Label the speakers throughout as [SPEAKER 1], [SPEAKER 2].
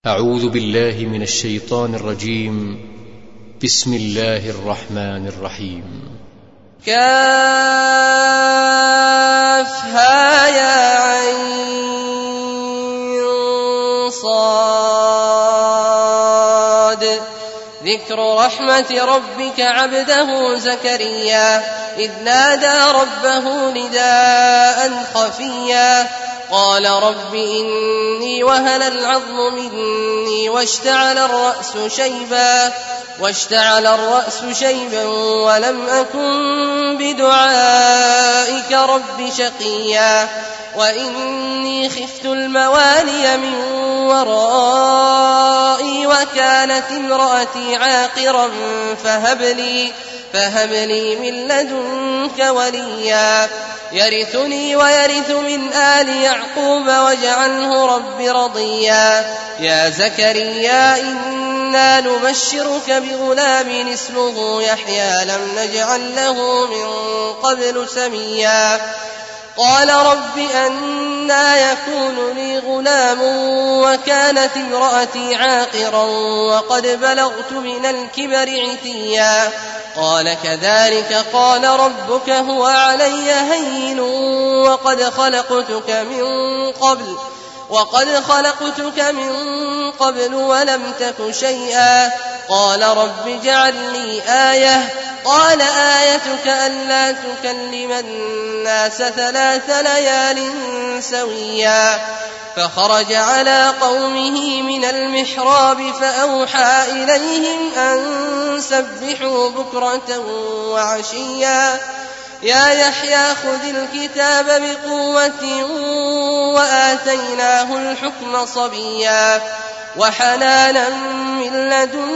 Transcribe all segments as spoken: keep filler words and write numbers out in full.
[SPEAKER 1] أعوذ بالله من الشيطان الرجيم. بسم الله الرحمن الرحيم.
[SPEAKER 2] كافها يا عين صاد ذكر رحمة ربك عبده زكريا إذ نادى ربه نداء خفيا قال رب إني وهن العظم مني واشتعل الرأس شيبا واشتعل الرأس شيبا ولم أكن بدعائك رب شقيا وإني خفت الموالي من ورائي وكانت امرأتي عاقرا فهب لي فهب لي من لدنك وليا يرثني ويرث من آل يعقوب واجعله رب رضيا يا زكريا إنا نبشرك بغلام اسمه يحيى لم نجعل له من قبل سميا قال رب أنى يكون لي غلام وكانت امرأتي عاقرا وقد بلغت من الكبر عتيا قال كذلك قال ربك هو علي هين وقد خلقتك من قبل وقد خلقتك من قبل ولم تك شيئا قال رب اجعل لي آية قال آيتك ألا تكلم الناس ثلاث ليال سويا فخرج على قومه من المحراب فأوحى إليهم أن سبحوا بكرة وعشيا يا يحيى خذ الكتاب بقوة وآتيناه الحكم صبيا وحنانا من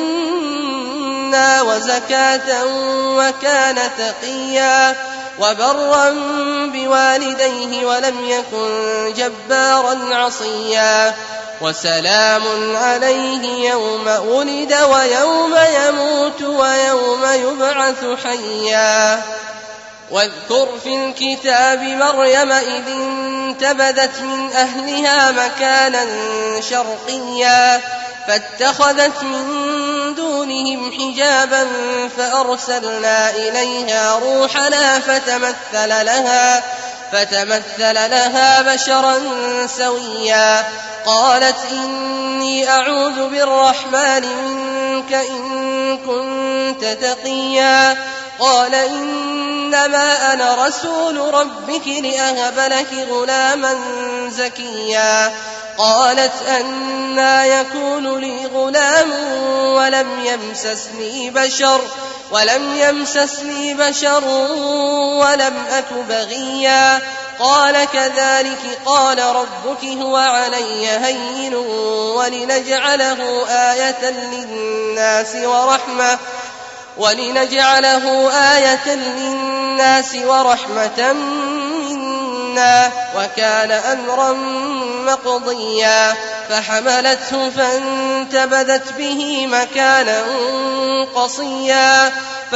[SPEAKER 2] لدنا وزكاة وكان تقيا وبرا بوالديه ولم يكن جبارا عصيا وسلام عليه يوم ولد ويوم يموت ويوم يبعث حيا واذكر في الكتاب مريم إذ انتبذت من أهلها مكانا شرقيا فاتخذت من دونهم حجابا فأرسلنا إليها روحنا فتمثل لها فتمثل لها بشرا سويا قالت إني أعوذ بالرحمن منك إن كنت تقيا قال إنما أنا رسول ربك لأهب لك غلاما زكيا قالت أنى يكون لي غلام ولم يمسسني بشر ولم يمسسني بشر ولم أك بغيا قال كذلك قال ربك هو علي هين ولنجعله آية للناس ورحمة ولنجعله آية للناس ورحمة منا وكان أمرا مقضيا فحملته فانتبذت به مكانا قصيا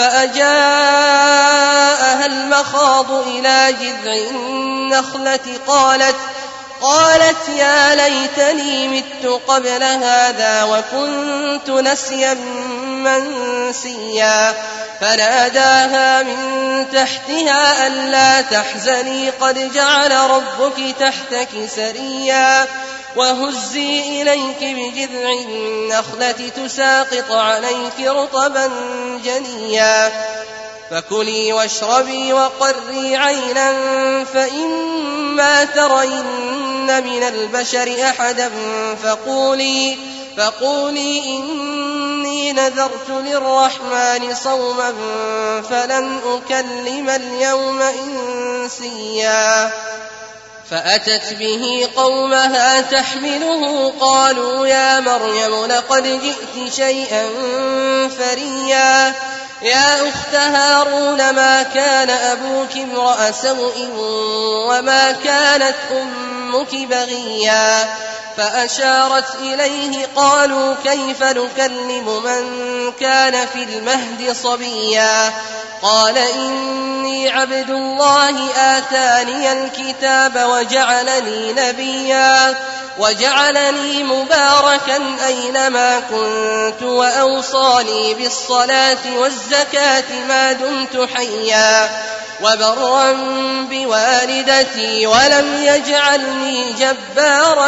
[SPEAKER 2] فأجاءها المخاض إلى جذع النخلة قالت قالت يا ليتني مت قبل هذا وكنت نسيا منسيا فناداها من تحتها ألا تحزني قد جعل ربك تحتك سريا وهزي إليك بجذع النخلة تساقط عليك رطبا جنيا فكلي واشربي وقري عينا فإما ترين من البشر أحدا فقولي فقولي إني نذرت للرحمن صوما فلن أكلم اليوم إنسيا فأتت به قومها تحمله قالوا يا مريم لقد جئت شيئا فريا يا أخت هارون ما كان أبوك امرأ سوء وما كانت أمك بغيا فأشارت إليه قالوا كيف نكلم من كان في المهد صبيا قال إني عبد الله آتاني الكتاب وجعلني نبيا وجعلني مباركا أينما كنت وأوصاني بالصلاة والزكاة ما دمت حيا وبرا بوالدتي ولم يجعلني جبارا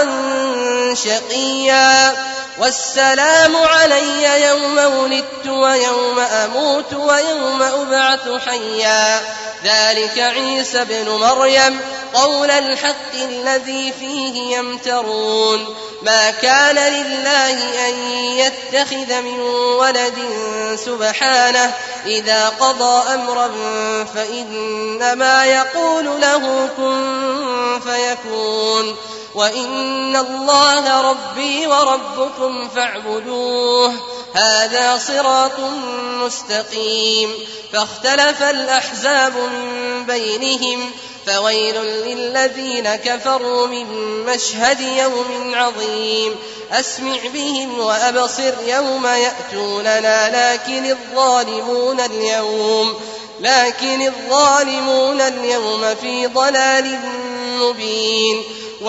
[SPEAKER 2] شقيا والسلام علي يوم ولدت ويوم أموت ويوم أبعث حيا ذلك عيسى ابن مريم قول الحق الذي فيه يمترون ما كان لله أن يتخذ من ولد سبحانه إذا قضى أمرا فإنما يقول له كن فيكون وإن الله ربي وربكم فاعبدوه هذا صراط مستقيم فاختلف الأحزاب من بينهم فويل للذين كفروا من مشهد يوم عظيم أسمع بهم وأبصر يوم يأتوننا لكن الظالمون اليوم لكن الظالمون اليوم في ضلال مبين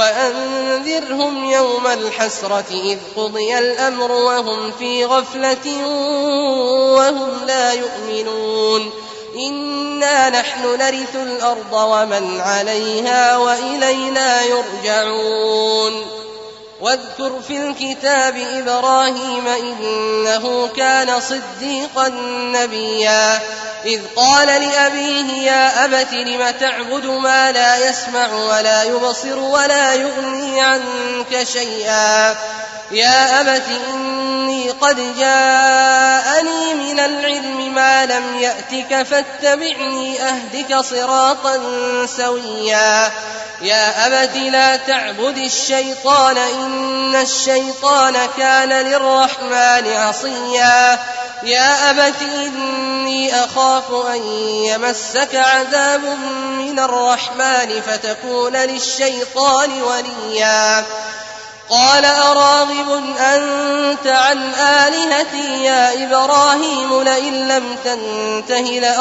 [SPEAKER 2] وأنذرهم يوم الحسرة إذ قضي الأمر وهم في غفلة وهم لا يؤمنون إنا نحن نرث الأرض ومن عليها وإلينا يرجعون واذكر في الكتاب إبراهيم إنه كان صديقا نبيا إذ قال لأبيه يا أبت لم تعبد ما لا يسمع ولا يبصر ولا يغني عنك شيئا يا أبت إني قد جاءني من العلم ما لم يأتك فاتبعني أهدك صراطا سويا يا أبت لا تعبد الشيطان إن الشيطان كان للرحمن عصيا يا أبت إني أخاف أن يمسك عذاب من الرحمن فتكون للشيطان وليا قال أراغب أنت عن آلهتي يا إبراهيم لئن لم تنته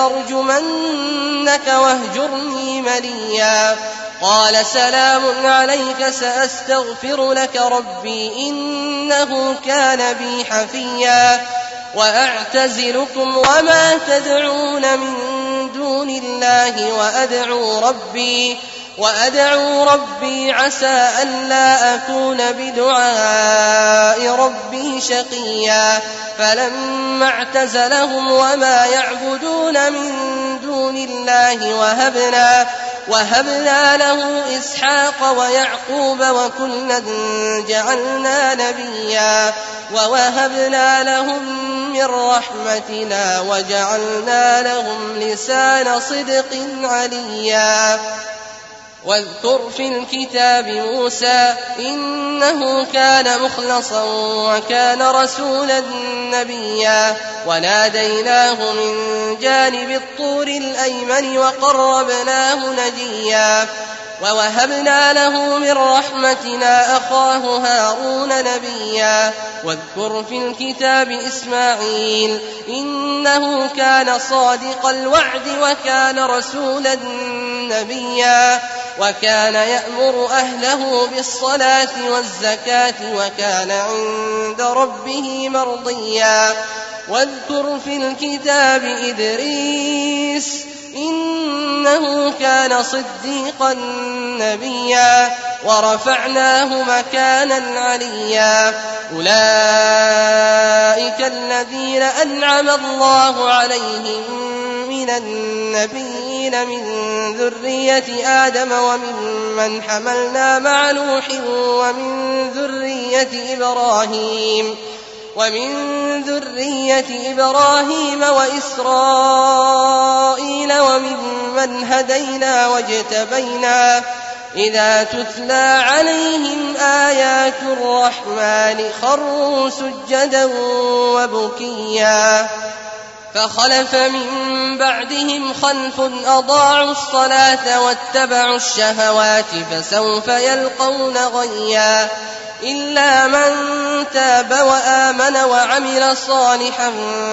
[SPEAKER 2] لأرجمنك واهجرني مليا قال سلام عليك سأستغفر لك ربي إنه كان بي حفيا وأعتزلكم وما تدعون من دون الله وأدعو ربي وأدعو ربي عسى ألا أكون بدعاء ربي شقيا فلما اعتزلهم وما يعبدون من دون الله وهبنا وهبنا له إسحاق ويعقوب وكلا جعلنا نبيا ووهبنا لهم من رحمتنا وجعلنا لهم لسان صدق عليا واذكر في الكتاب موسى إنه كان مخلصا وكان رسولا نبيا وناديناه من جانب الطور الأيمن وقربناه نجيا ووهبنا له من رحمتنا أخاه هارون نبيا واذكر في الكتاب إسماعيل إنه كان صادق الوعد وكان رسولا نبيا وكان يأمر أهله بالصلاة والزكاة وكان عند ربه مرضيا واذكر في الكتاب إدريس إنه كان صديقا نبيا ورفعناه مكانا عليا أولئك الذين أنعم الله عليهم من النبيين من ذرية آدم وممن حملنا مع نوح ومن ذرية إبراهيم ومن ذرية إبراهيم وإسرائيل وممن هدينا واجتبينا إذا تتلى عليهم آيات الرحمن خروا سجدا وبكيا فخلف من بعدهم خلف أضاعوا الصلاة واتبعوا الشهوات فسوف يلقون غيا إلا من تاب وآمن وعمل صالحا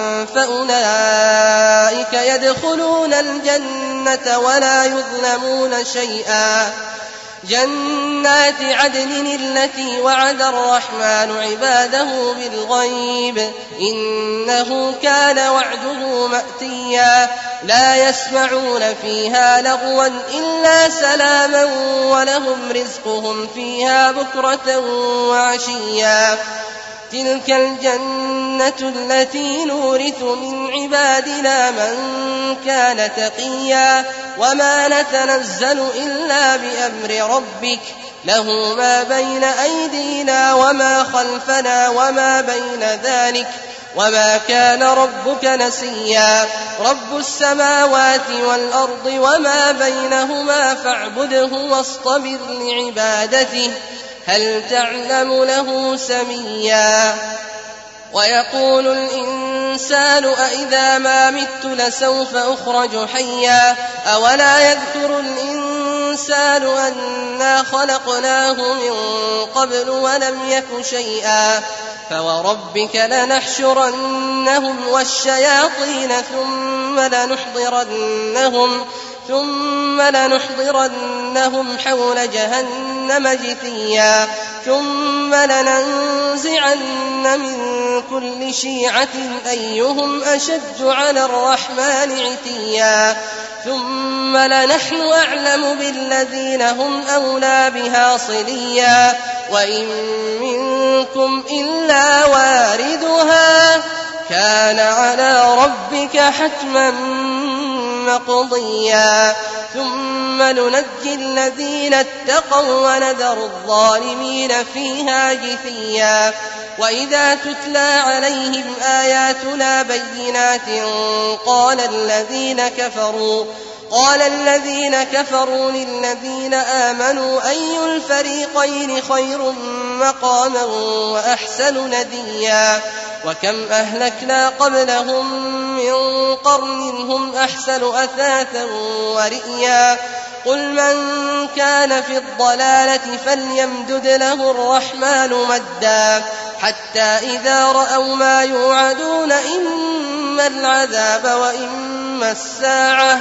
[SPEAKER 2] فأولئك يدخلون الجنة ولا يظلمون شيئا جنات عدن التي وعد الرحمن عباده بالغيب إنه كان وعده مأتيا لا يسمعون فيها لغوا إلا سلاما ولهم رزقهم فيها بكرة وعشيا تلك الجنة التي نورث من عبادنا من كان تقيا وما نتنزل إلا بأمر ربك له ما بين أيدينا وما خلفنا وما بين ذلك وما كان ربك نسيا رب السماوات والأرض وما بينهما فاعبده واصطبر لعبادته هل تعلم له سميا ويقول الإنسان أإذا ما مت لسوف أخرج حيا أولا يذكر الإنسان أنا خلقناه من قبل ولم يك شيئا فوربك لنحشرنهم والشياطين ثم لنحضرنهم ثم لنحضرنهم حول جهنم جثيا ثم لننزعن من كل شيعة أيهم أشد على الرحمن عتيا ثم لنحن أعلم بالذين هم أولى بها صليا وإن منكم إلا واردها كان على ربك حتما مقضيا ثم ننجي الذين اتقوا ونذر الظالمين فيها جثيا وإذا تتلى عليهم آياتنا بينات قال الذين كفروا قال الذين كفروا للذين آمنوا أي الفريقين خير مقاما وأحسن نديا وكم أهلكنا قبلهم من قرن هم أحسن أثاثا ورئيا قل من كان في الضلالة فليمدد له الرحمن مدا حتى إذا رأوا ما يوعدون إما العذاب وإما الساعة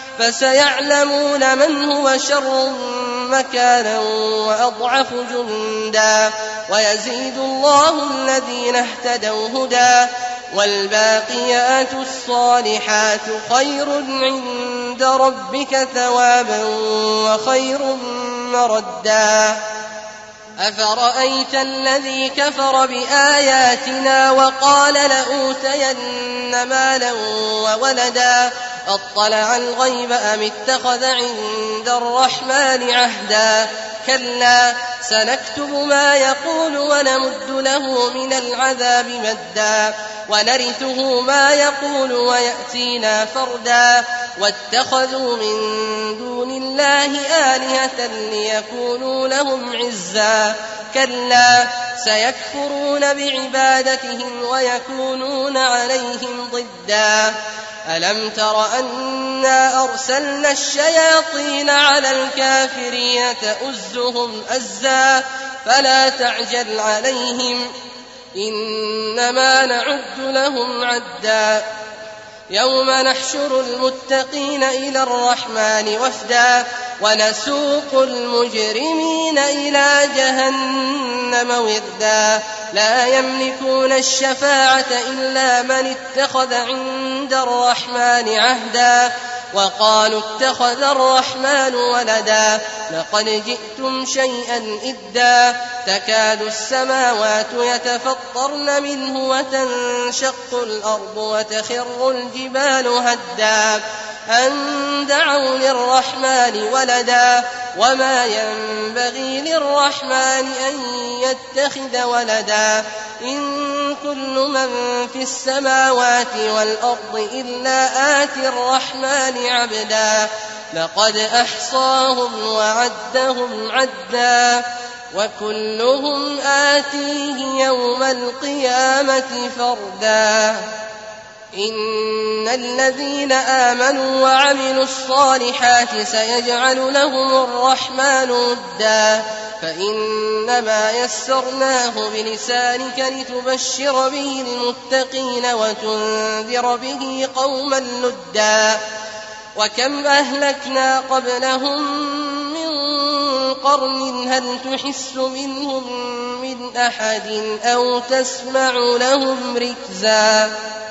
[SPEAKER 2] فسيعلمون من هو شر مكانا وأضعف جندا ويزيد الله الذين اهتدوا هدى والباقيات الصالحات خير عند ربك ثوابا وخير مردا أفرأيت الذي كفر بآياتنا وقال لأوتين مالا وولدا أطلع الغيب أم اتخذ عند الرحمن عهدا كلا سنكتب ما يقول ونمد له من العذاب مدا ونرثه ما يقول ويأتينا فردا واتخذوا من دون الله آلهة ليكونوا لهم عزا كلا سيكفرون بعبادتهم ويكونون عليهم ضدا ألم تر أنا أرسلنا الشياطين على الكافرين تؤزهم أزا فلا تعجل عليهم إنما نعد لهم عدا يوم نحشر المتقين إلى الرحمن وفدا ونسوق المجرمين إلى جهنم وردا لا يملكون الشفاعة إلا من اتخذ عند الرحمن عهدا وقالوا اتخذ الرحمن ولدا لقد جئتم شيئا إدا تكاد السماوات يتفطرن منه وتنشق الأرض وتخر الجبال هدا أن دعوا للرحمن ولدا وما ينبغي للرحمن أن يتخذ ولدا إن كل من في السماوات والأرض إلا آتي الرحمن عبدا لقد أحصاهم وعدهم عدا وكلهم آتيه يوم القيامة فردا إن الذين آمنوا وعملوا الصالحات سيجعل لهم الرحمن ودا فإنما يسرناه بلسانك لتبشر به المتقين وتنذر به قوما لدا وكم أهلكنا قبلهم من قرن هل تحس منهم من أحد أو تسمع لهم ركزا